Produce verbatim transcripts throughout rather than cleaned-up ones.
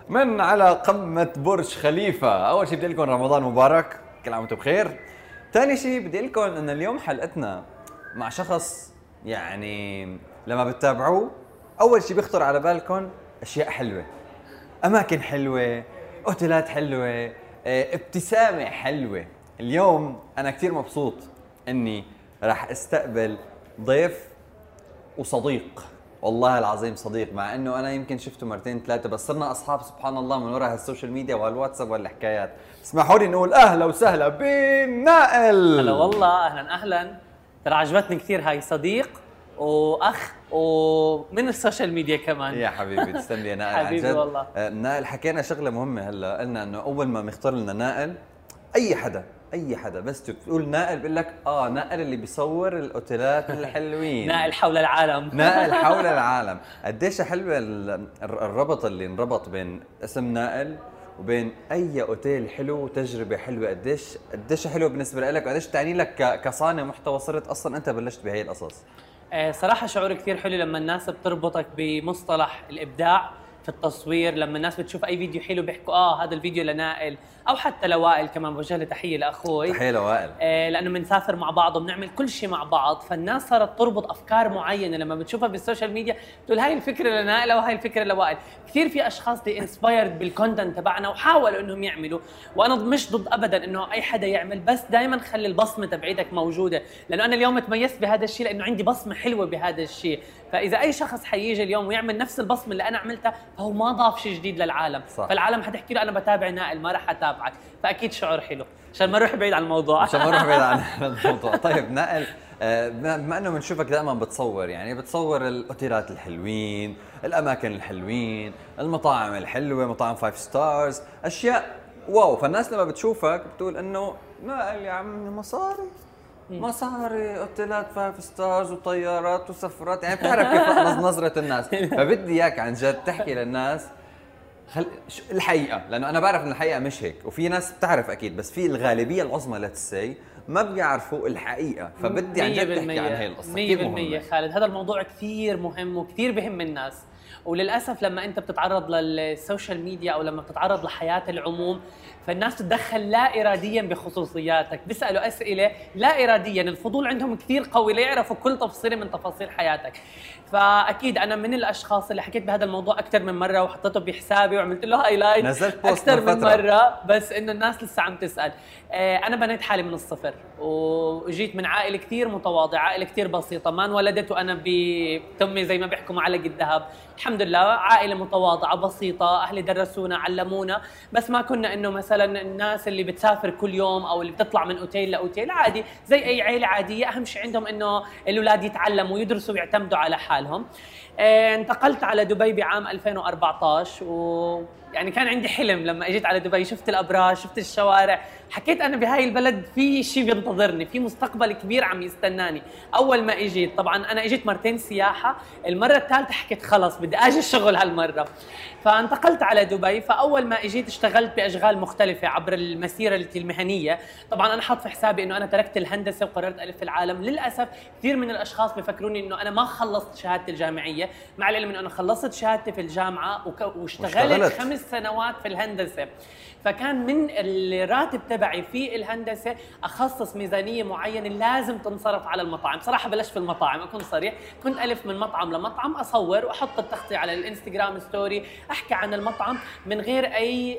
من على قمة برج خليفة. أول شيء بدي لكم رمضان مبارك، كل عام وانتم بخير. ثاني شيء بدي لكم إن اليوم حلقتنا مع شخص يعني لما بتتابعوه أول شيء بيخطر على بالكم أشياء حلوة، أماكن حلوة، أوتيلات حلوة، ابتسامة حلوة. اليوم أنا كثير مبسوط إني راح استقبل ضيف وصديق، والله العظيم صديق، مع انه انا يمكن شفته مرتين ثلاثه بس صرنا اصحاب سبحان الله من وراء هالسوشيال ميديا والواتساب والحكايات. اسمحوا لي نقول اهلا وسهلا بنائل. هلا والله، اهلا اهلا. ترى عجبتني كثير هاي، صديق واخ ومن السوشيال ميديا كمان. يا حبيبي تسلم لي يا نائل. حبيبي والله. نائل حكينا شغله مهمه هلا، قلنا انه اول ما بنختار لنا نائل اي حدا اي حدا بس تقول نائل بقول لك اه نائل اللي بيصور الاوتيلات الحلوين. نائل حول العالم. نائل حول العالم. قديش حلوه الربط اللي انربط بين اسم نائل وبين اي اوتيل حلو وتجربه حلوه. قديش قديش حلوه بالنسبه لك وقديش تعني لك كصانع محتوى صرت اصلا انت بلشت بهي القصص؟ صراحه شعور كثير حلو لما الناس بتربطك بمصطلح الابداع في التصوير. لما الناس بتشوف اي فيديو حلو بيحكوا اه هذا الفيديو لنائل او حتى لوائل، كمان بوجه له تحيه لاخوي. تحيه لوائل. آه لانه بنسافر مع بعض وبنعمل كل شيء مع بعض، فالناس صارت تربط افكار معينه لما بتشوفها بالسوشيال ميديا بتقول هاي الفكره لنائل وهاي الفكره لوائل. كثير في اشخاص دي انسبايرد بالكونتنت تبعنا وحاولوا انهم يعملوا، وانا مش ضد ابدا انه اي حدا يعمل، بس دائما خلي البصمه تبعيتك موجوده، لانه انا اليوم تميزت بهذا الشيء لانه عندي بصمه حلوه بهذا الشيء. فاذا اي شخص حيجي اليوم ويعمل نفس البصمه اللي انا عملتها فهو ما ضاف شيء جديد للعالم. صح. فالعالم حتحكي له انا بتابع نائل ما راح اتابعك، فاكيد شعور حلو عشان ما نروح بعيد عن الموضوع. عشان ما نروح بعيد عن الموضوع. طيب نائل، بما انه بنشوفك دائما بتصور، يعني بتصور الاوتيلات الحلوين، الاماكن الحلوين، المطاعم الحلوه، مطاعم فايف ستارز، اشياء واو. فالناس لما بتشوفك بتقول انه نائل يا عمي مصاري مصاري، اوتيلات فايف ستارز وطيارات وسفرات، يعني بتعرف كيف نظرة الناس. فبدي اياك عن جد تحكي للناس خل... الحقيقة، لأنه أنا بعرف إن الحقيقة مش هيك، وفي ناس بتعرف أكيد، بس في الغالبية العظمى لتسي ما بيعرفوا الحقيقة، فبدي عن جد تحكي عن هي القصة. مية بالمية خالد، هذا الموضوع كثير مهم وكثير بهم الناس، وللأسف لما أنت بتتعرض للسوشيال ميديا أو لما بتتعرض لحياة العموم فالناس تتدخل لا إرادياً بخصوصياتك، بيسألوا أسئلة لا إرادياً، الفضول عندهم كثير قوي ليعرفوا كل تفصيلة من تفاصيل حياتك. فأكيد أنا من الأشخاص اللي حكيت بهذا الموضوع أكثر من مرة وحطيته بحسابي وعملت له هايلايت نزلت بوست أكثر من فترة. مرة، بس إنه الناس لسه عم تسأل. أنا بنيت حالي من الصفر وجيت من عائلة كثير متواضعة، عائلة كثير بسيطة، ما انولدت وأنا بتمي زي ما بيحكوا معلق الذهب. الحمد لله عائلة متواضعة بسيطة، أهلي درسونا علمونا، بس ما كنا إنه مثلا الناس اللي بتسافر كل يوم أو اللي بتطلع من أوتيل لأوتيل، عادي زي أي عائلة عادية. أهم شيء عندهم إنه الأولاد يتعلموا ويدرسوا ويعتمدوا على حالهم. اه انتقلت على دبي بعام ألفين وأربعة عشر، و يعني كان عندي حلم لما اجيت على دبي، شفت الابراج، شفت الشوارع، حكيت انا بهاي البلد في شيء بينتظرني، في مستقبل كبير عم يستناني. اول ما اجيت، طبعا انا اجيت مرتين سياحه، المره الثالثه حكيت خلص بدي اجي الشغل هالمره، فانتقلت على دبي. فاول ما اجيت اشتغلت باشغال مختلفه عبر المسيره المهنيه. طبعا انا حاط في حسابي انه انا تركت الهندسه وقررت الف العالم. للاسف كثير من الاشخاص بفكروني انه انا ما خلصت شهادتي الجامعيه، مع العلم انه انا خلصت شهادتي في الجامعه وك... واشتغلت خمس سنوات في الهندسه. فكان من الراتب تبعي في الهندسه اخصص ميزانيه معينه لازم تنصرف على المطاعم. صراحه بلشت في المطاعم، اكون صريح، كنت الف من مطعم لمطعم، اصور واحط التغطيه على الانستغرام ستوري، احكي عن المطعم من غير اي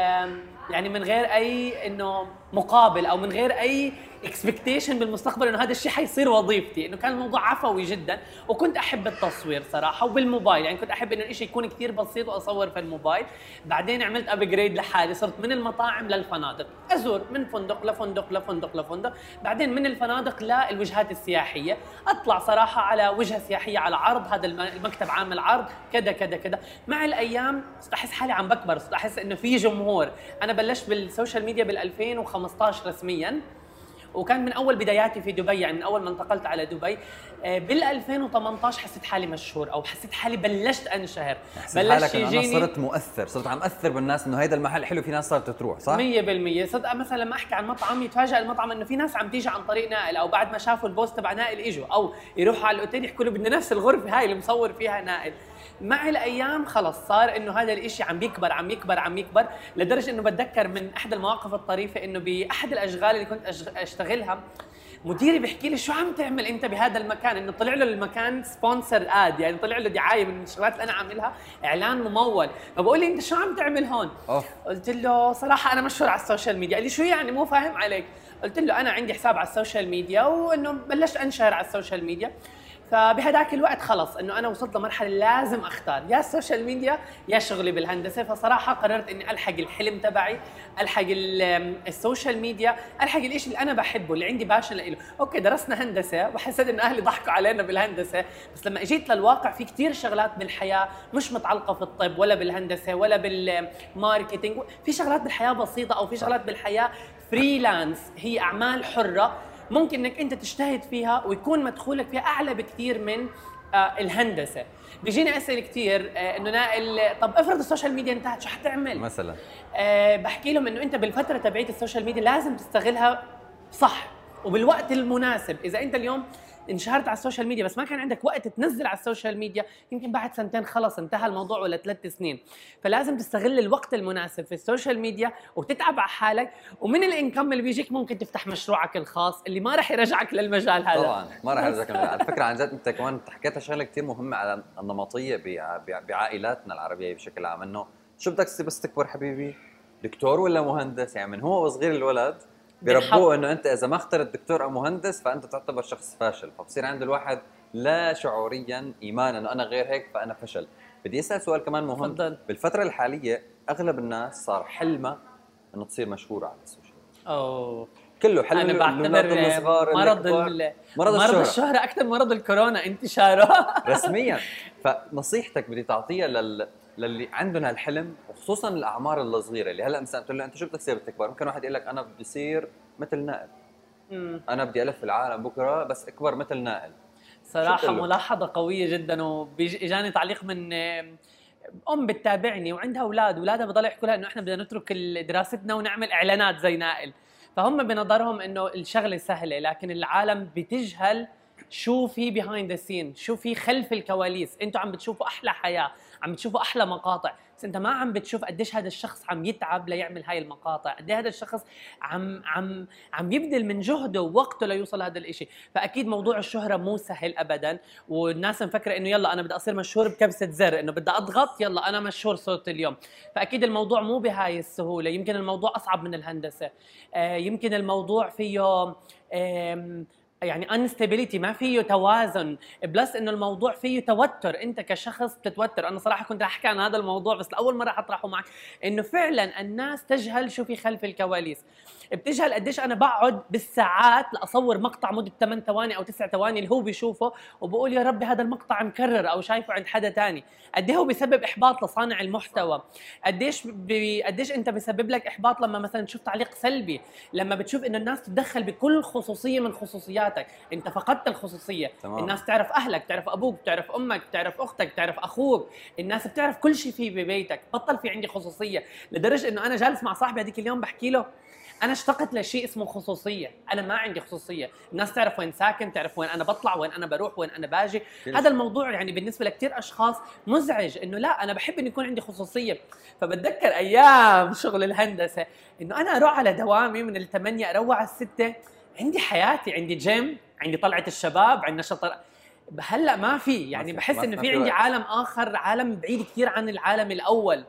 يعني من غير اي انه مقابل او من غير اي اكسبكتيشن بالمستقبل انه هذا الشيء حيصير وظيفتي. انه كان الموضوع عفوي جدا، وكنت احب التصوير صراحه وبالموبايل، يعني كنت احب انه الشيء يكون كثير بسيط واصور في الموبايل. بعدين عملت ابجريد لحالي، صرت من المطاعم للفنادق، ازور من فندق لفندق لفندق لفندق، بعدين من الفنادق للوجهات السياحيه، اطلع صراحه على وجهه سياحيه على عرض، هذا المكتب عامل عرض كذا كذا كذا. مع الايام صرت احس حالي عم بكبر، صرت احس انه في جمهور. انا بلشت بالسوشيال ميديا بال ألفين وخمسة عشر رسميا، وكان من اول بداياتي في دبي، يعني من اول ما انتقلت على دبي. بال ألفين وثمانية عشر حسيت حالي مشهور، او حسيت حالي بلشت انشهر، بلشت يجيني، انا صرت مؤثر، صرت عم اثر بالناس انه هيدا المحل حلو، في ناس صارت تروح. صح مية بالمية. صدق مثلا لما احكي عن مطعم يتفاجئ المطعم انه في ناس عم تيجي عن طريق نائل، او بعد ما شافوا البوست تبع نائل اجوا، او يروحوا على الاوتيل يحكوا له بدنا نفس الغرفه هاي اللي مصور فيها نائل. مع الايام خلص صار انه هذا الاشي عم يكبر عم يكبر عم يكبر لدرجه انه بتذكر من احد المواقف الطريفه انه باحد الاشغال اللي كنت اشتغلها مديري بيحكي لي شو عم تعمل انت بهذا المكان، انه طلع له المكان سبونسر اد، يعني طلع له دعايه من الشغلات اللي انا عاملها، اعلان ممول. فبقول لي انت شو عم تعمل هون؟ أوه. قلت له صراحه انا مشهور على السوشيال ميديا. قال لي شو يعني مو فاهم عليك؟ قلت له انا عندي حساب على السوشيال ميديا وانه بلشت انشهر على السوشيال ميديا. فبهداك الوقت خلص انه انا وصلت لمرحله لازم اختار يا السوشيال ميديا يا شغلي بالهندسه. فصراحه قررت اني الحق الحلم تبعي، الحق السوشيال ميديا، الحق الشيء اللي انا بحبه اللي عندي باشن له. اوكي درسنا هندسه وحسيت انه اهلي ضحكوا علينا بالهندسه، بس لما اجيت للواقع في كثير شغلات بالحياه مش متعلقه في الطب ولا بالهندسه ولا بالماركتينج، في شغلات بالحياه بسيطه او في شغلات بالحياه فريلانس، هي اعمال حره ممكن انك انت تجتهد فيها ويكون مدخولك فيها اعلى بكثير من آه الهندسه. بيجيني اسئله كثير آه انه نائل طب افرض السوشيال ميديا انتهت شو حتعمل؟ مثلا آه بحكي لهم انه انت بالفتره تبعيت السوشيال ميديا لازم تستغلها صح وبالوقت المناسب. اذا انت اليوم انشهرت على السوشيال ميديا بس ما كان عندك وقت تنزل على السوشيال ميديا، يمكن بعد سنتين خلص انتهى الموضوع ولا ثلاث سنين. فلازم تستغل الوقت المناسب في السوشيال ميديا وتتعب على حالك، ومن الانكم اللي بيجيك ممكن تفتح مشروعك الخاص اللي ما راح يرجعك للمجال هذا. طبعا ما راح يرجعك للمجال. على فكره عن جد انت كمان حكيت شغله كثير مهمه على النمطيه بعائلاتنا العربيه بشكل عام، انه شو بدك تصير بس تكبر حبيبي؟ دكتور ولا مهندس؟ يعني من هو وصغير الولد بيربوه انه انت اذا ما اخترت دكتور او مهندس فانت تعتبر شخص فاشل، فبصير عند الواحد لا شعوريا ايمان انه انا غير هيك فانا فشل. بدي اسال سؤال كمان مهم. فضل. بالفتره الحاليه اغلب الناس صار حلمه انه تصير مشهوره على السوشيال ميديا. اوه كله حلم. انا بعتبر مرض ال... مرض, مرض الشهرة. الشهرة اكثر مرض الكورونا انتشاره رسميا. فنصيحتك بدي تعطيها لل للي عندنا الحلم وخصوصا الاعمار الصغيره اللي هلا مثلا تقول له انت شو بدك تصير بتكبر؟ ممكن واحد يقول لك انا بدي اصير مثل نائل. مم. انا بدي الف العالم بكره بس اكبر مثل نائل. صراحه ملاحظه قويه جدا. وبيجاني تعليق من ام بتتابعني وعندها اولاد، اولادها بضلوا يحكوا لها انه احنا بدنا نترك دراستنا ونعمل اعلانات زي نائل. فهم بنظرهم انه الشغله سهله، لكن العالم بتجهل شو في بيهايند ذا سين، شو في خلف الكواليس. انتوا عم بتشوفوا احلى حياه، عم بتشوفوا احلى مقاطع، بس انت ما عم بتشوف قديش هذا الشخص عم يتعب ليعمل هاي المقاطع، قد هذا الشخص عم عم عم يبذل من جهده ووقته ليوصل هذا الاشي. فاكيد موضوع الشهره مو سهل ابدا، والناس مفكره انه يلا انا بدي اصير مشهور بكبسه زر، انه بدي اضغط يلا انا مشهور صوت اليوم. فاكيد الموضوع مو بهاي السهوله، يمكن الموضوع اصعب من الهندسه. آه يمكن الموضوع فيه آه يعني unstability، ما فيه توازن، بلس انه الموضوع فيه توتر، انت كشخص بتتوتر. انا صراحه كنت رح احكي عن هذا الموضوع بس لاول مره حطرحه معك، انه فعلا الناس تجهل شو في خلف الكواليس. بتجهل قديش انا بقعد بالساعات لاصور مقطع مده ثمان ثواني او تسع ثواني اللي هو بيشوفه وبقول يا ربي هذا المقطع مكرر او شايفه عند حدا ثاني. قد ايه هو بيسبب احباط لصانع المحتوى، قديش بي... قديش انت بيسبب لك احباط لما مثلا تشوف تعليق سلبي، لما بتشوف انه الناس تتدخل بكل خصوصيه من خصوصياتك، انت فقدت الخصوصيه. تمام. الناس تعرف اهلك، تعرف ابوك، تعرف امك، تعرف اختك، تعرف اخوك، الناس بتعرف كل شيء في ببيتك، بطل في عندي خصوصيه. لدرجه انه انا جالس مع صاحبي هذيك اليوم بحكي له انا اشتقت لشيء اسمه خصوصيه، انا ما عندي خصوصيه، الناس تعرف وين ساكن، تعرف وين انا بطلع، وين انا بروح، وين انا باجي. هذا الموضوع يعني بالنسبه لكثير اشخاص مزعج، انه لا انا بحب ان يكون عندي خصوصيه. فبتذكر ايام شغل الهندسه انه انا اروح على دوامي من الثمانية اروح على الستة، عندي حياتي، عندي جيم، عندي طلعه الشباب، عندنا شطر. هلا ما في، يعني بحس انه في عندي عالم اخر، عالم بعيد كثير عن العالم الاول.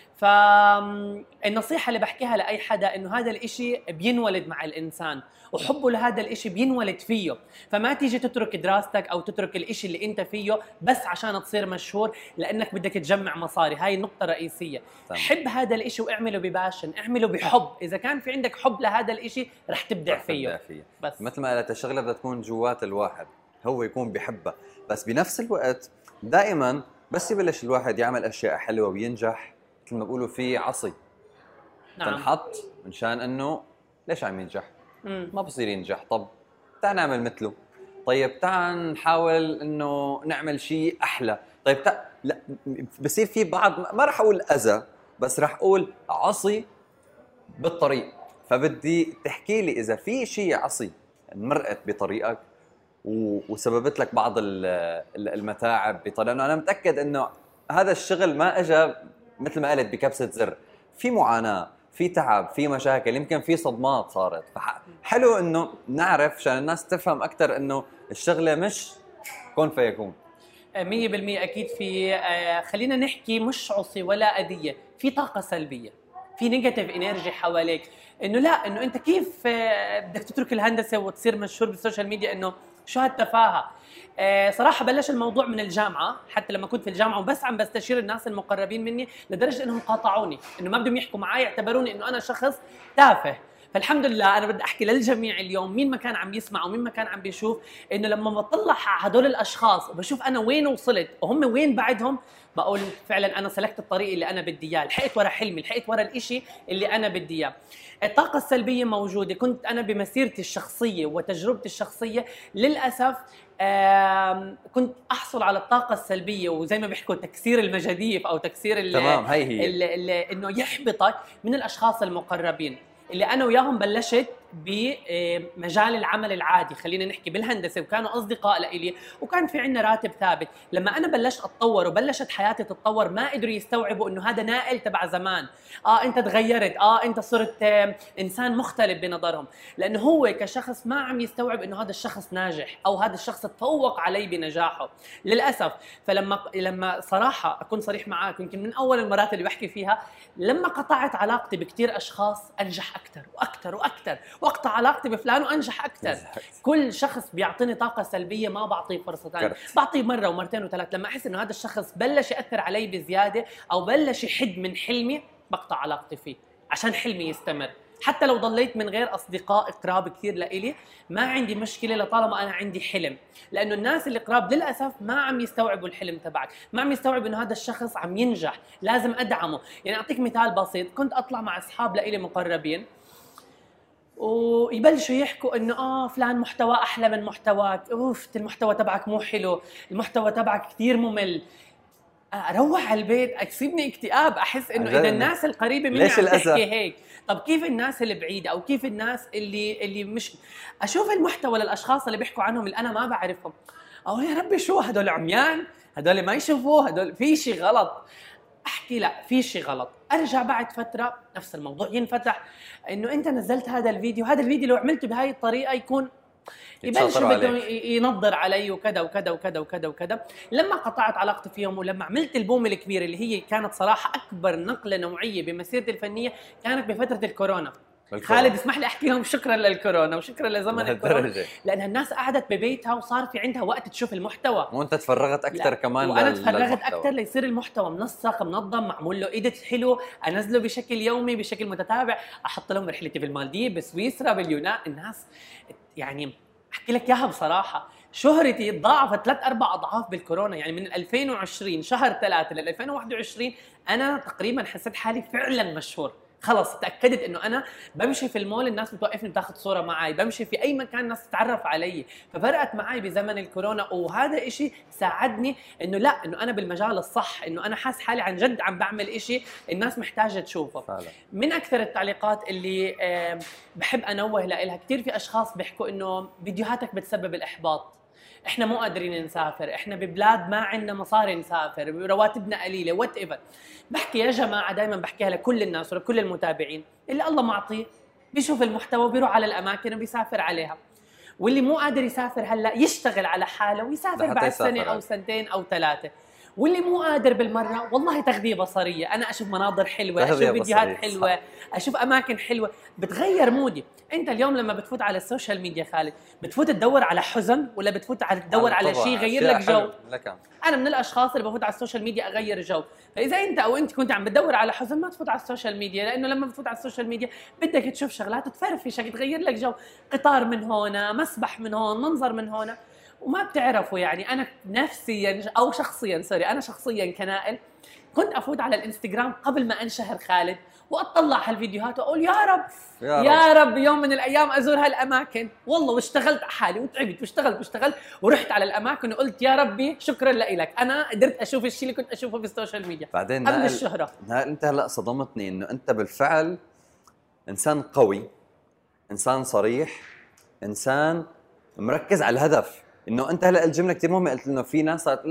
فالنصيحة اللي بحكيها لأي حدا إنه هذا الإشي بينولد مع الإنسان، وحبه لهذا الإشي بينولد فيه. فما تيجي تترك دراستك أو تترك الإشي اللي أنت فيه بس عشان تصير مشهور لأنك بدك تجمع مصاري. هاي النقطة الرئيسية. طبعا. حب هذا الإشي واعمله بباشن، اعمله بحب. إذا كان في عندك حب لهذا الإشي رح تبدع رح فيه. تبدع فيه. بس مثل ما قلت الشغلة بدها تكون جوات الواحد، هو يكون بحبها، بس بنفس الوقت دائما بس يبلش الواحد يعمل أشياء حلوة وينجح مثل ما بيقولوا في عصي. نعم. تنحط من شان انه ليش عم ينجح؟ مم. ما بصير ينجح. طب تعال نعمل مثله. طيب تعال نحاول انه نعمل شيء احلى. طيب تعال لا، بصير في بعض، ما راح اقول اذى بس راح اقول عصي بالطريق. فبدي تحكي لي اذا في شيء عصي مرقت بطريقك وسببت لك بعض المتاعب بطريقه. انا متاكد انه هذا الشغل ما اجى مثل ما قلت بكبسه زر، في معاناه، في تعب، في مشاكل، يمكن في صدمات صارت. فحلو انه نعرف عشان الناس تفهم اكثر انه الشغله مش كون فيكون. مية بالمية أكيد في آه، خلينا نحكي مش عصي ولا أذية، في طاقة سلبية، في نيجاتيف انرجي حواليك، انه لا انه انت كيف آه، بدك تترك الهندسه وتصير مشهور بالسوشيال ميديا، انه شو هالتفاهه. آه، صراحه بلش الموضوع من الجامعه، حتى لما كنت في الجامعه وبس عم بستشير الناس المقربين مني لدرجه انهم قاطعوني، انه ما بدهم يحكوا معي، يعتبروني انه انا شخص تافه. فالحمد لله انا بدي احكي للجميع اليوم، مين ما كان عم يسمع ومين ما كان عم بيشوف، انه لما بطلع على هدول الاشخاص وبشوف انا وين وصلت وهم وين بعدهم، بقول فعلا انا سلكت الطريق اللي انا بدي اياه، لحقت ورا حلمي، لحقت ورا الإشي اللي انا بدي اياه. الطاقة السلبية موجودة، كنت انا بمسيرتي الشخصية وتجربتي الشخصية للاسف كنت احصل على الطاقة السلبية، وزي ما بيحكوا تكسير المجاديف او تكسير تمام، هي هي ال ال انه يحبطك من الاشخاص المقربين اللي انا وياهم بلشت بمجال العمل العادي، خلينا نحكي بالهندسه، وكانوا اصدقاء لإلي وكان في عندنا راتب ثابت. لما انا بلشت اتطور وبلشت حياتي تتطور ما قدروا يستوعبوا انه هذا نائل تبع زمان، اه انت تغيرت، اه انت صرت آه انسان مختلف بنظرهم، لانه هو كشخص ما عم يستوعب انه هذا الشخص ناجح او هذا الشخص تفوق علي بنجاحه للاسف. فلما لما صراحه اكون صريح معك، يمكن من اول المرات اللي بحكي فيها، لما قطعت علاقتي بكثير اشخاص انجح اكثر واكثر واكثر، واقطع علاقتي بفلان وانجح اكثر. كل شخص بيعطيني طاقه سلبيه ما بعطيه فرصه ثانيه، بعطيه مره ومرتين وثلاث، لما احس انه هذا الشخص بلش ياثر علي بزياده او بلش يحد من حلمي بقطع علاقتي فيه عشان حلمي يستمر. حتى لو ضليت من غير اصدقاء قراب كثير لإلي ما عندي مشكله لطالما انا عندي حلم، لانه الناس اللي قراب للاسف ما عم يستوعبوا الحلم تبعك، ما عم يستوعبوا انه هذا الشخص عم ينجح، لازم ادعمه. يعني اعطيك مثال بسيط، كنت اطلع مع اصحاب لإلي مقربين ويبلشوا يحكوا انه اه فلان محتوى احلى من محتواك، اوف المحتوى تبعك مو حلو، المحتوى تبعك كثير ممل. اروح على البيت اكسبني اكتئاب، احس انه اذا الناس القريبه مني عم تحكي هيك، طب كيف الناس اللي بعيده او كيف الناس اللي اللي مش اشوف المحتوى للاشخاص اللي بيحكوا عنهم اللي انا ما بعرفهم، او يا ربي شو هدول عميان، هدول ما يشوفوا، هدول في شيء غلط. احكي لا في شيء غلط، ارجع بعد فتره نفس الموضوع ينفتح، انه انت نزلت هذا الفيديو، هذا الفيديو لو عملته بهاي الطريقه يكون يبلشوا بدهم ينظر علي وكذا وكذا وكذا وكذا وكذا. لما قطعت علاقتي فيهم ولما عملت البوم الكبير اللي هي كانت صراحه اكبر نقله نوعيه بمسيرتي الفنيه كانت بفتره الكورونا. الكورونا. خالد اسمح لي احكي لهم شكرا للكورونا وشكرا لزمن الكورونا، لانها الناس قعدت ببيتها وصار في عندها وقت تشوف المحتوى، وانت تفرغت اكثر كمان، وانا تفرغت اكثر ليصير المحتوى منسق منظم معمول له ايديت حلو، انزله بشكل يومي بشكل متتابع، احط لهم رحلتي بالمالديف بسويسرا باليونان. الناس يعني احكي لك اياها بصراحه، شهرتي تضاعفت ثلاث اربع اضعاف بالكورونا. يعني من ألفين وعشرين شهر ثلاثة لل ألفين وواحد وعشرين انا تقريبا حسيت حالي فعلا مشهور، خلص تاكدت انه انا بمشي في المول الناس بتوقفني بتاخذ صوره معي، بمشي في اي مكان الناس تتعرف علي، ففرقت معي بزمن الكورونا. وهذا إشي ساعدني انه لا انه انا بالمجال الصح، انه انا حاس حالي عن جد عم بعمل إشي الناس محتاجه تشوفه فعلا. من اكثر التعليقات اللي بحب انوه لها، كثير في اشخاص بيحكوا انه فيديوهاتك بتسبب الاحباط، احنا مو قادرين نسافر، احنا ببلاد ما عندنا مصاري نسافر، رواتبنا قليله، وات ايفر. بحكي يا جماعه، دائما بحكيها لكل الناس ولكل المتابعين، اللي الله معطيه بيشوف المحتوى وبيروح على الاماكن وبيسافر عليها، واللي مو قادر يسافر هلا يشتغل على حاله ويسافر بعد سنه او سنتين او ثلاثه، واللي مو قادر بالمره والله تغذيه بصريه، انا اشوف مناظر حلوه، اشوف فيديوهات حلوه، صح. اشوف اماكن حلوه بتغير مودي. انت اليوم لما بتفوت على السوشيال ميديا خالد، بتفوت تدور على حزن ولا بتفوت على تدور على شيء يغير لك جو؟ لك. انا من الاشخاص اللي بفوت على السوشيال ميديا اغير جو، فاذا انت او انت كنت عم بتدور على حزن ما تفوت على السوشيال ميديا، لانه لما بتفوت على السوشيال ميديا بدك تشوف شغلات تفرفشك تغير لك جو، قطار من هون، مسبح من هون، منظر من هون، وما بتعرفوا. يعني انا نفسيا او شخصيا سوري انا شخصيا كنائل كنت افوت على الانستغرام قبل ما انشهر خالد واطلع هالفيديوهات واقول يا رب يا رب, يا رب يوم من الايام ازور هالاماكن. والله واشتغلت على حالي وتعبت واشتغلت واشتغلت ورحت على الاماكن وقلت يا ربي شكرا لك، انا قدرت اشوف الشيء اللي كنت اشوفه في السوشيال ميديا بعدين قبل الشهره. انت هلا صدمتني انه انت بالفعل انسان قوي، انسان صريح، انسان مركز على الهدف. انه انت هلا الجمله كثير مهمه قلت انه في ناس صارت تقول لك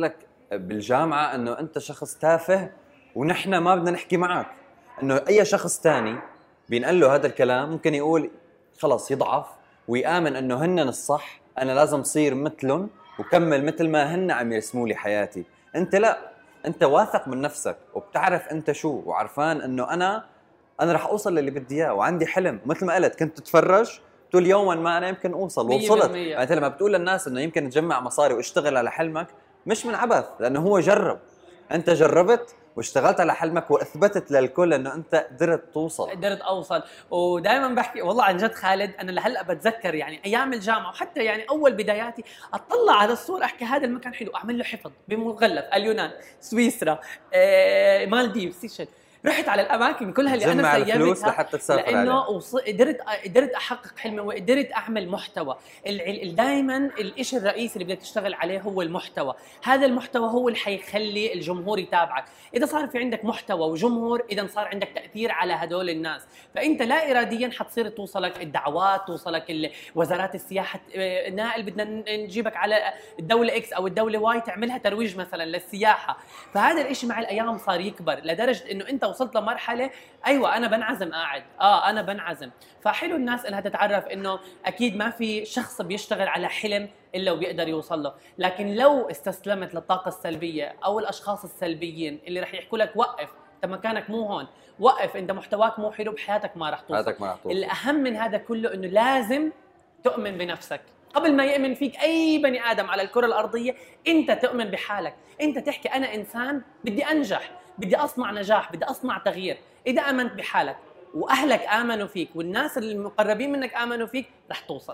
بالجامعه انه انت شخص تافه ونحن ما بدنا نحكي معك، انه اي شخص تاني بينقل له هذا الكلام ممكن يقول خلص يضعف ويآمن انه هن الصح، انا لازم صير مثلهم وكمل مثل ما هن عم يرسموا لي حياتي. انت لا، انت واثق من نفسك وبتعرف انت شو، وعرفان انه انا انا رح اوصل للي بدي اياه وعندي حلم. مثل ما قلت كنت تتفرج تقول يوما ما انا يمكن اوصل ووصلت. يعني انت لما بتقول للناس انه يمكن تجمع مصاري واشتغل على حلمك مش من عبث، لانه هو جرب، انت جربت واشتغلت على حلمك واثبتت للكل انه انت قدرت توصل. قدرت اوصل. ودائما بحكي والله عن جد خالد، انا لهلا بتذكر يعني ايام الجامعه وحتى يعني اول بداياتي اطلع على الصور احكي هذا المكان حلو، اعمل له حفظ بمغلف اليونان، سويسرا، آه، مالديف، سيشل. رحت على الاماكن كلها اللي انا سيبتها لحتى تسافر عليها، لانه وص... قدرت قدرت احقق حلمي وقدرت اعمل محتوى. ال... دائما الشيء الرئيسي اللي بدك تشتغل عليه هو المحتوى. هذا المحتوى هو اللي حيخلي الجمهور يتابعك. اذا صار في عندك محتوى وجمهور، اذا صار عندك تاثير على هدول الناس، فانت لا اراديا حتصير توصلك الدعوات، توصلك وزارات السياحه، نائل بدنا نجيبك على الدوله اكس او الدوله واي تعملها ترويج مثلا للسياحه. فهذا الشيء مع الايام صار يكبر لدرجه انه انت وصلت لمرحله ايوه انا بنعزم قاعد، اه انا بنعزم. فحلو الناس انها تتعرف انه اكيد ما في شخص بيشتغل على حلم الا وبيقدر يوصل له، لكن لو استسلمت للطاقه السلبيه او الاشخاص السلبيين اللي رح يحكوا لك وقف، انت مكانك مو هون، وقف انت محتواك مو حلو، بحياتك ما رح توصل. حياتك ما رح توصل. الاهم من هذا كله انه لازم تؤمن بنفسك. قبل ما يؤمن فيك اي بني ادم على الكره الارضيه، انت تؤمن بحالك، انت تحكي انا انسان بدي انجح، بدي اصنع نجاح، بدي اصنع تغيير. اذا امنت بحالك واهلك امنوا فيك والناس المقربين منك امنوا فيك، رح توصل.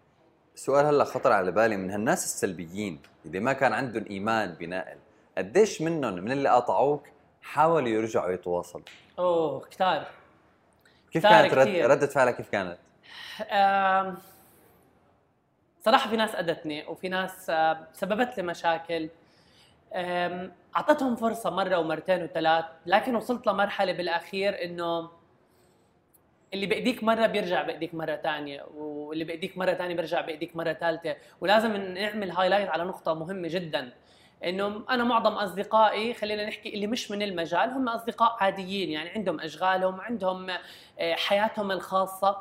سؤال هلا خطر على بالي، من هالناس السلبيين اللي ما كان عندهم ايمان بنائل، قديش منهم من اللي قاطعوك حاولوا يرجعوا يتواصلوا؟ اوه كثار. كيف كانت رد ردة فعلك؟ كيف كانت؟ آم صراحه في ناس اذتني وفي ناس سببت لي مشاكل، اعطتهم فرصه مره ومرتين وثلاث، لكن وصلت لمرحله بالاخير انه اللي بايديك مره بيرجع بايديك مره ثانيه، واللي بايديك مره ثانيه بيرجع بايديك مره ثالثه. ولازم نعمل هايلايت على نقطه مهمه جدا، انه انا معظم اصدقائي خلينا نحكي اللي مش من المجال هم اصدقاء عاديين، يعني عندهم اشغالهم، عندهم حياتهم الخاصه.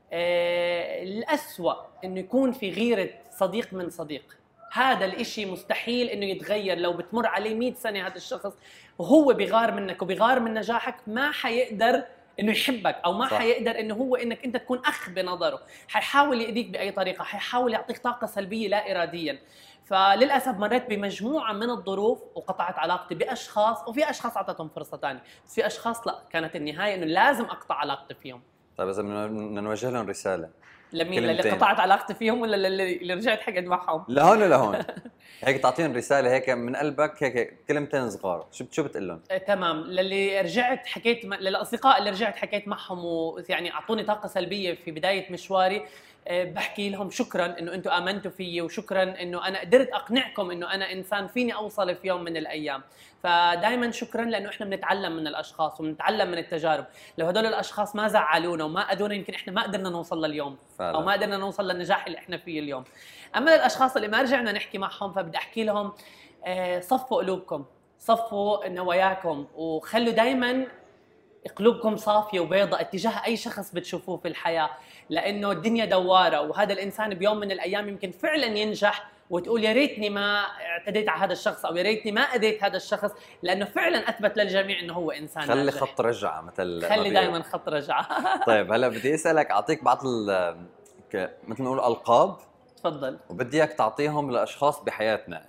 الأسوأ انه يكون في غيرة صديق من صديق. هذا الاشي مستحيل انه يتغير، لو بتمر عليه مئة سنة هذا الشخص وهو بغار منك وبغار من نجاحك، ما حيقدر انه يحبك او ما صح. حيقدر انه هو انك انت تكون اخ بنظره، حيحاول يأذيك باي طريقة، حيحاول يعطيك طاقة سلبية لا اراديا. فللاسف مريت بمجموعة من الظروف وقطعت علاقتي باشخاص، وفي اشخاص اعطتهم فرصة ثانية، بس في اشخاص لا، كانت النهاية انه لازم اقطع علاقتي فيهم. طيب اذا بدنا نوجه لهم رساله لمين؟ اللي قطعت علاقتي فيهم ولا اللي رجعت حكيت معهم؟ لهون ولهون. هيك تعطيهم رساله هيك من قلبك، هيك كلمتين صغار، شو شو بتقول لهم؟ آه، تمام. للي رجعت حكيت م... للاصدقاء اللي رجعت حكيت معهم ويعني اعطوني طاقه سلبيه في بدايه مشواري، أه بحكي لهم شكرا انه انتم امنتوا فيي، وشكرا انه انا قدرت اقنعكم انه انا انسان فيني اوصل في يوم من الايام. فدائما شكرا، لانه احنا بنتعلم من الاشخاص وبنتعلم من التجارب. لو هدول الاشخاص ما زعلونا وما اذونا، يمكن احنا ما قدرنا نوصل لليوم فعلا. او ما قدرنا نوصل للنجاح اللي احنا فيه اليوم. اما الاشخاص اللي ما رجعنا نحكي معهم، فبدي احكي لهم أه صفوا قلوبكم، صفوا نواياكم، وخلوا دائما قلوبكم صافيه وبيضاء اتجاه اي شخص بتشوفوه في الحياه، لانه الدنيا دواره، وهذا الانسان بيوم من الايام يمكن فعلا ينجح وتقول يا ريتني ما اعتديت على هذا الشخص، او يا ريتني ما اذيت هذا الشخص، لانه فعلا اثبت للجميع انه هو انسان خلي ناجح. خط رجعه مثل خلي دائما خط رجعه. طيب هلا بدي اسالك، اعطيك بعض ال ك... مثل ما نقول القاب. تفضل. وبدي اياك تعطيهم لاشخاص بحياتنا.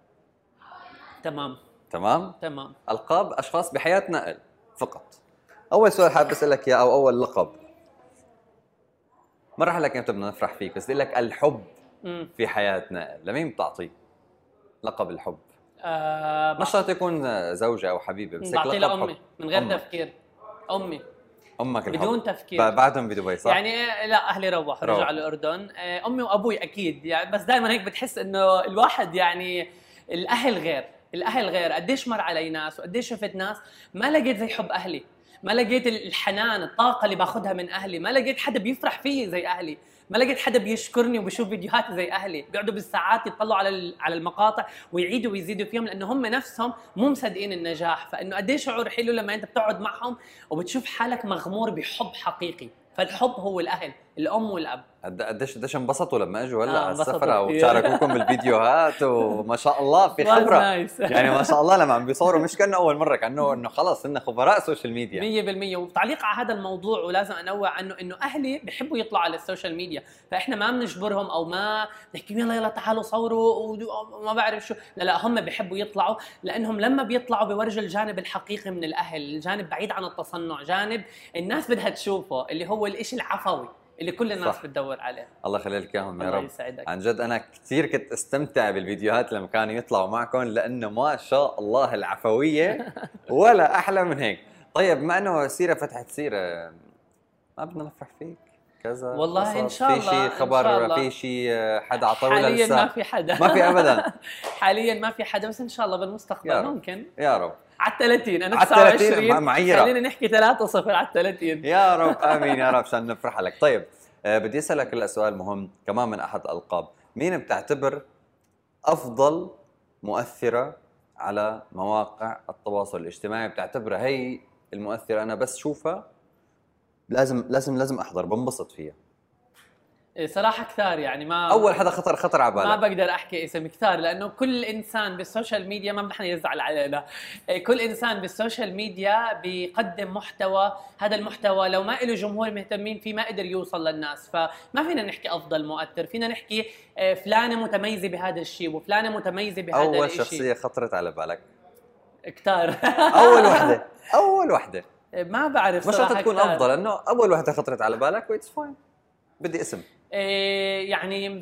تمام تمام تمام. القاب اشخاص بحياتنا فقط. اول سؤال حابب اسالك اياه، او اول لقب، ما راح لك امتى بدنا نفرح فيك، بس بدي لك الحب مم. في حياتنا لمين بتعطيه لقب الحب؟ آه مش شرط يكون زوجة او حبيبه، بس بعطيه لامي من غير أمك. تفكير. امي. امك بدون الحب. تفكير. بعدهم بدبي صح؟ يعني لا، اهلي روحوا رجعوا الاردن. امي وابوي اكيد يعني، بس دائما هيك بتحس انه الواحد يعني الاهل غير، الاهل غير. قديش مر علي ناس وقديش شفت ناس ما لقيت زي حب اهلي، ما لقيت الحنان، الطاقه اللي باخذها من اهلي، ما لقيت حدا بيفرح فيي زي اهلي، ما لقيت حدا بيشكرني وبيشوف فيديوهاتي زي اهلي. بيقعدوا بالساعات يطلعوا على على المقاطع ويعيدوا ويزيدوا فيهم، لانه هم نفسهم مو مصدقين النجاح. فانه قد ايه شعور حلو لما انت بتقعد معهم وبتشوف حالك مغمور بحب حقيقي. فالحب هو الاهل، الام والاب. قد قديش قديش انبسطوا لما اجوا هلا آه على انبسطوا السفره كتير. وشاركوكم بالفيديوهات وما شاء الله في was خبره. nice. يعني ما شاء الله لما عم بيصوروا مش كانه اول مره، كانه انه خلص هن خبراء سوشيال ميديا. مية بالمية. وتعليق على هذا الموضوع ولازم انوه عنه، انه اهلي بيحبوا يطلعوا على السوشيال ميديا، فاحنا ما بنجبرهم او ما نحكي يلا يلا تعالوا صوروا وما بعرف شو. لا لا، هم بيحبوا يطلعوا، لانهم لما بيطلعوا بيورجوا الجانب الحقيقي من الاهل، الجانب بعيد عن التصنع، جانب الناس بدها تشوفه، اللي هو الإشي العفوي اللي كل الناس صح. بتدور عليه. الله يخلي لك اياهم يا الله رب. يسعدك. عن جد انا كثير كنت استمتع بالفيديوهات لما كانوا يطلعوا معكم، لانه ما شاء الله العفويه ولا احلى من هيك. طيب بما انه سيره فتحت سيره، ما بدنا نفرح فيك كذا؟ والله ان قصص؟ شاء الله. في شيء إن شاء خبر؟ الله. في شيء حدا عطوه ولا حاليا لسه؟ ما في حدا. ما في ابدا. حاليا ما في حدا، بس ان شاء الله بالمستقبل يا رب. ممكن. يا رب. على الثلاثين، انا على تسعة الثلاثين وعشرين، معيرة. خلينا نحكي ثلاثة صفر على الثلاثين. يا رب امين يا رب، عشان نفرح لك. طيب آه بدي اسالك هلا سؤال مهم كمان من احد الالقاب، مين بتعتبر افضل مؤثره على مواقع التواصل الاجتماعي؟ بتعتبرها هي المؤثره انا بس شوفها لازم لازم لازم احضر بنبسط فيها؟ صراحة كثار، يعني ما اول حدا خطر خطر على ما بالك؟ بقدر احكي اسم كثار، لانه كل انسان بالسوشيال ميديا، ما بدنا يزعل علينا، كل انسان بالسوشيال ميديا بيقدم محتوى، هذا المحتوى لو ما له جمهور مهتمين فيه ما قدر يوصل للناس. فما فينا نحكي افضل مؤثر، فينا نحكي فلانة متميزة بهذا الشيء وفلانة متميزة بهذا الشيء. اول شخصيه خطرت على بالك؟ كثار. اول وحده اول وحده ما بعرف مش شرط صراحة تكون كتار. افضل، انه اول وحده خطرت على بالك ويتس فاين. بدي اسم. إيه يعني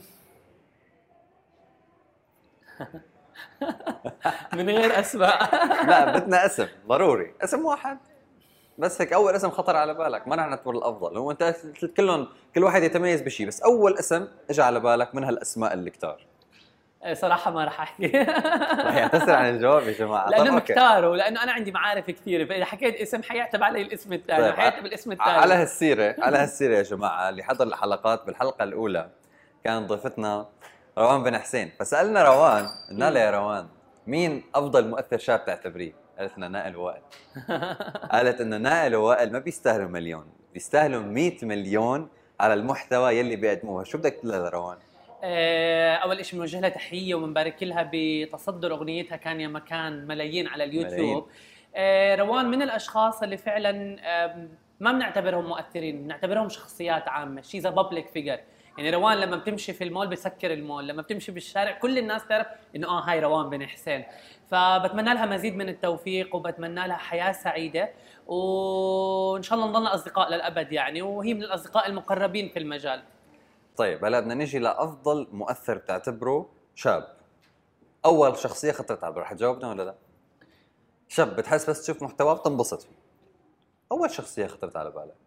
من غير اسماء. لا بدنا اسم ضروري، اسم واحد بس هيك، اول اسم خطر على بالك، ما رح نعتبر الافضل. هو انت كلهم كل واحد يتميز بشيء، بس اول اسم اجى على بالك من هالاسماء اللي كتار. صراحة ما راح احكي. رح يعتذر عن الجواب يا جماعه. لانهم أوكي. كتار، ولانه انا عندي معارف كثيره، فاذا حكيت اسم حيعتب علي الاسم الثاني، طيب، حيعتب الاسم الثاني. على هالسيره على هالسيره يا جماعه، اللي حضر الحلقات بالحلقه الاولى كانت ضيفتنا روان بن حسين، فسالنا روان قلنا لها يا روان مين افضل مؤثر شاب تعتبريه؟ قالت لنا نائل وائل. قالت انه نائل ووائل ما بيستاهلوا مليون، بيستاهلوا مئة مليون على المحتوى يلي بيقدموه. شو بدك تقول لها روان؟ اول شيء بنوجه لها تحيه وبنبارك لها بتصدر اغنيتها كان يا مكان ملايين على اليوتيوب. ملايين. روان من الاشخاص اللي فعلا ما بنعتبرهم مؤثرين، بنعتبرهم شخصيات عامه، شيز ا بابليك فيجر. يعني روان لما بتمشي في المول بتسكر المول، لما بتمشي بالشارع كل الناس تعرف انه اه هاي روان بن حسين. فبتمنى لها مزيد من التوفيق وبتمنى لها حياه سعيده، وان شاء الله نضلنا اصدقاء للابد يعني، وهي من الاصدقاء المقربين في المجال. طيب هلا بدنا نيجي لافضل مؤثر بتعتبره شاب. اول شخصيه خطرت على بالك، رح تجاوبنا ولا لا؟ شاب بتحس بس تشوف محتواه بتنبسط فيه. اول شخصيه خطرت على بالك؟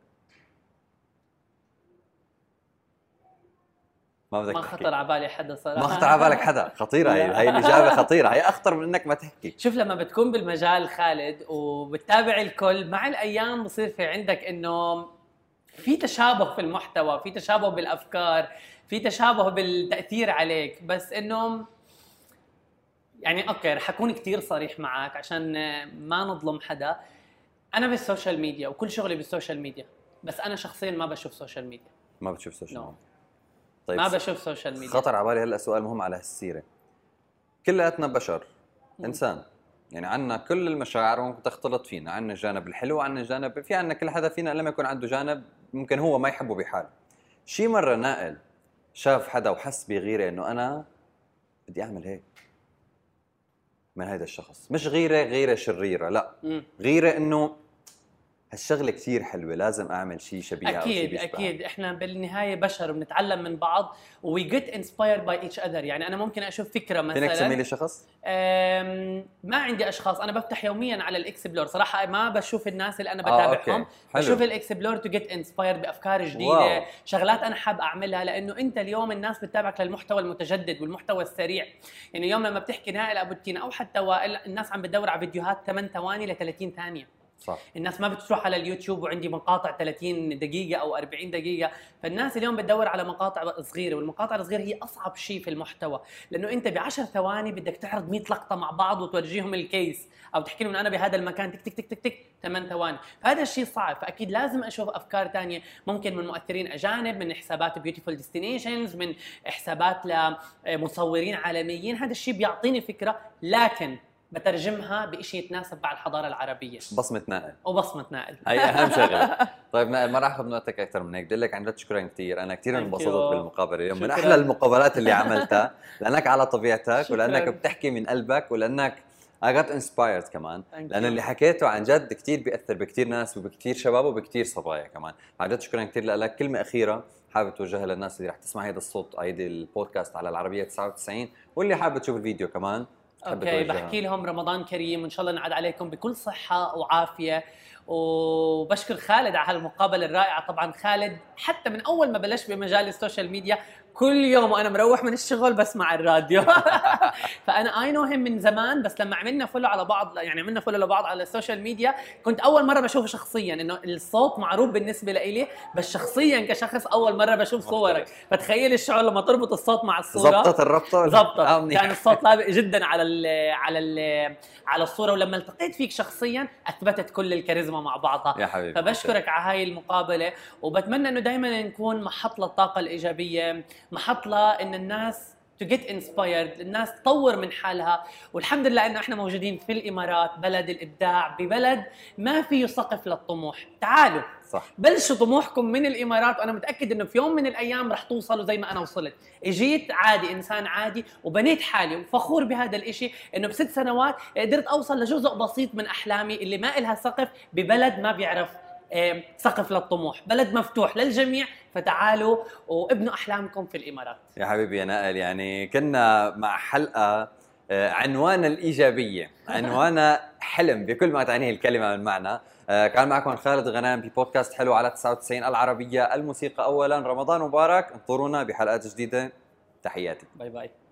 ما بدك ما تحكي. خطر على بالي حدا صراحه. ما خطر على بالك حدا؟ خطيره هي هي الاجابه خطيره، هي اخطر من انك ما تحكي. شوف لما بتكون بالمجال خالد وبتتابع الكل، مع الايام بصير في عندك انه في تشابه في المحتوى، في تشابه بالافكار، في تشابه بالتاثير عليك، بس انه يعني اوكي رح اكون كثير صريح معك عشان ما نظلم حدا. انا بالسوشيال ميديا وكل شغلي بالسوشيال ميديا، بس انا شخصيا ما بشوف سوشيال ميديا. ما بتشوف سوشيال ميديا؟ no. طيب ما بشوف سوشيال ميديا. خطر على بالي هلا سؤال مهم على هالسيره. كلياتنا بشر، م. انسان، يعني عنا كل المشاعر ممكن تختلط فينا، عنا الجانب الحلو وعنا الجانب، في عنا كل حدا فينا لما يكون عنده جانب ممكن هو ما يحبه بحاله. شي مره نائل شاف حدا وحس بغيره انه انا بدي اعمل هيك من هذا الشخص، مش غيره غيره شريره، لا م. غيره انه هالشغله كثير حلوه لازم اعمل شيء شبيهه. اكيد أو شي اكيد احنا بالنهايه بشر وبنتعلم من بعض، وي جيت انسبايرد باي ايتش اذر. يعني انا ممكن اشوف فكره مثلا. فينك تسمي لي شخص؟ ما عندي اشخاص، انا بفتح يوميا على الاكسبلور صراحه، ما بشوف الناس اللي انا آه، بتابعهم. بشوف الاكسبلور تو جيت انسبايرد بافكار جديده. واو. شغلات انا حاب اعملها، لانه انت اليوم الناس بتتابعك للمحتوى المتجدد والمحتوى السريع. يعني اليوم لما بتحكي نائل ابو التين او حتى وائل، الناس عم بتدور على فيديوهات ثمان ثواني ل ثلاثين ثانيه. صح. الناس ما بتروح على اليوتيوب وعندي مقاطع ثلاثين دقيقة أو أربعين دقيقة، فالناس اليوم بتدور على مقاطع صغيرة، والمقاطع الصغيرة هي أصعب شيء في المحتوى، لأنه أنت بعشر ثواني بدك تعرض مئة لقطة مع بعض وتورجيهم الكيس أو تحكي لهم أنا بهذا المكان تك تك تك تك تك ثمان ثواني، فهذا الشيء صعب. فأكيد لازم أشوف أفكار تانية، ممكن من مؤثرين أجانب، من حسابات بيوتيفول ديستنيشنز، من حسابات لمصورين عالميين. هذا الشيء بيعطيني فكرة، لكن بترجمها بشيء يتناسب مع الحضاره العربيه. بصمه نائل وبصمه نائل هي اهم شغله. طيب نائل، ما راح اخذ من وقتك اكثر من هيك، بدي لك عن جد شكرا كثير، انا كثير انبسطت بالمقابله اليوم، من احلى المقابلات اللي عملتها لانك على طبيعتك ولانك بتحكي من قلبك ولانك I got inspired كمان، لأن اللي حكيته عن جد كتير بيأثر بكتير ناس وبكتير شباب وبكتير صبايا كمان. عن جد شكرا كتير لك. كلمة أخيرة حابب توجهها للناس اللي رح تسمع هيدا الصوت، هيدي البودكاست على العربية تسعة وتسعين، واللي حابب تشوف الفيديو كمان. اوكي، بحكي لهم رمضان كريم وان شاء الله نعد عليكم بكل صحة وعافية، وبشكر خالد على هالمقابلة الرائعة. طبعا خالد حتى من أول ما بلش بمجال السوشيال ميديا كل يوم وأنا مروح من الشغل بسمع الراديو فأنا اي نو هيم من زمان، بس لما عملنا فولو على بعض، يعني عملنا فولو لبعض على السوشيال ميديا، كنت أول مرة بشوفه شخصيا، إنه الصوت معروف بالنسبة لإلي، بس شخصيا كشخص أول مرة بشوف صورك. فتخيل الشعور لما تربط الصوت مع الصورة. زبطت الربطة، زبطت، كان الصوت لابق جدا على ال على ال على الصورة، ولما التقيت فيك شخصيا أثبتت كل الكاريزما مع بعضها يا حبيبي. فبشكرك على هاي المقابلة، وبتمنى إنه دائما نكون محط للطاقة الإيجابية، محط لإن الناس to get inspired، الناس تطور من حالها. والحمد لله إنه إحنا موجودين في الإمارات، بلد الإبداع، ببلد ما فيه سقف للطموح. تعالوا صح، بلشوا طموحكم من الإمارات، وأنا متأكد إنه في يوم من الأيام رح توصلوا زي ما أنا وصلت. اجيت عادي، إنسان عادي، وبنيت حالي، وفخور بهذا الإشي إنه بست سنوات قدرت أوصل لجزء بسيط من أحلامي اللي ما إلها سقف، ببلد ما بيعرف سقف للطموح، بلد مفتوح للجميع. فتعالوا وابنوا أحلامكم في الإمارات. يا حبيبي يا نائل، يعني كنا مع حلقة عنوان الإيجابية، عنوان حلم بكل ما تعنيه الكلمة من معنى. كان معكم خالد غنام ببودكاست حلو على تسعة وتسعين العربية. الموسيقى أولا. رمضان مبارك، انطرونا بحلقات جديدة. تحياتي، باي باي.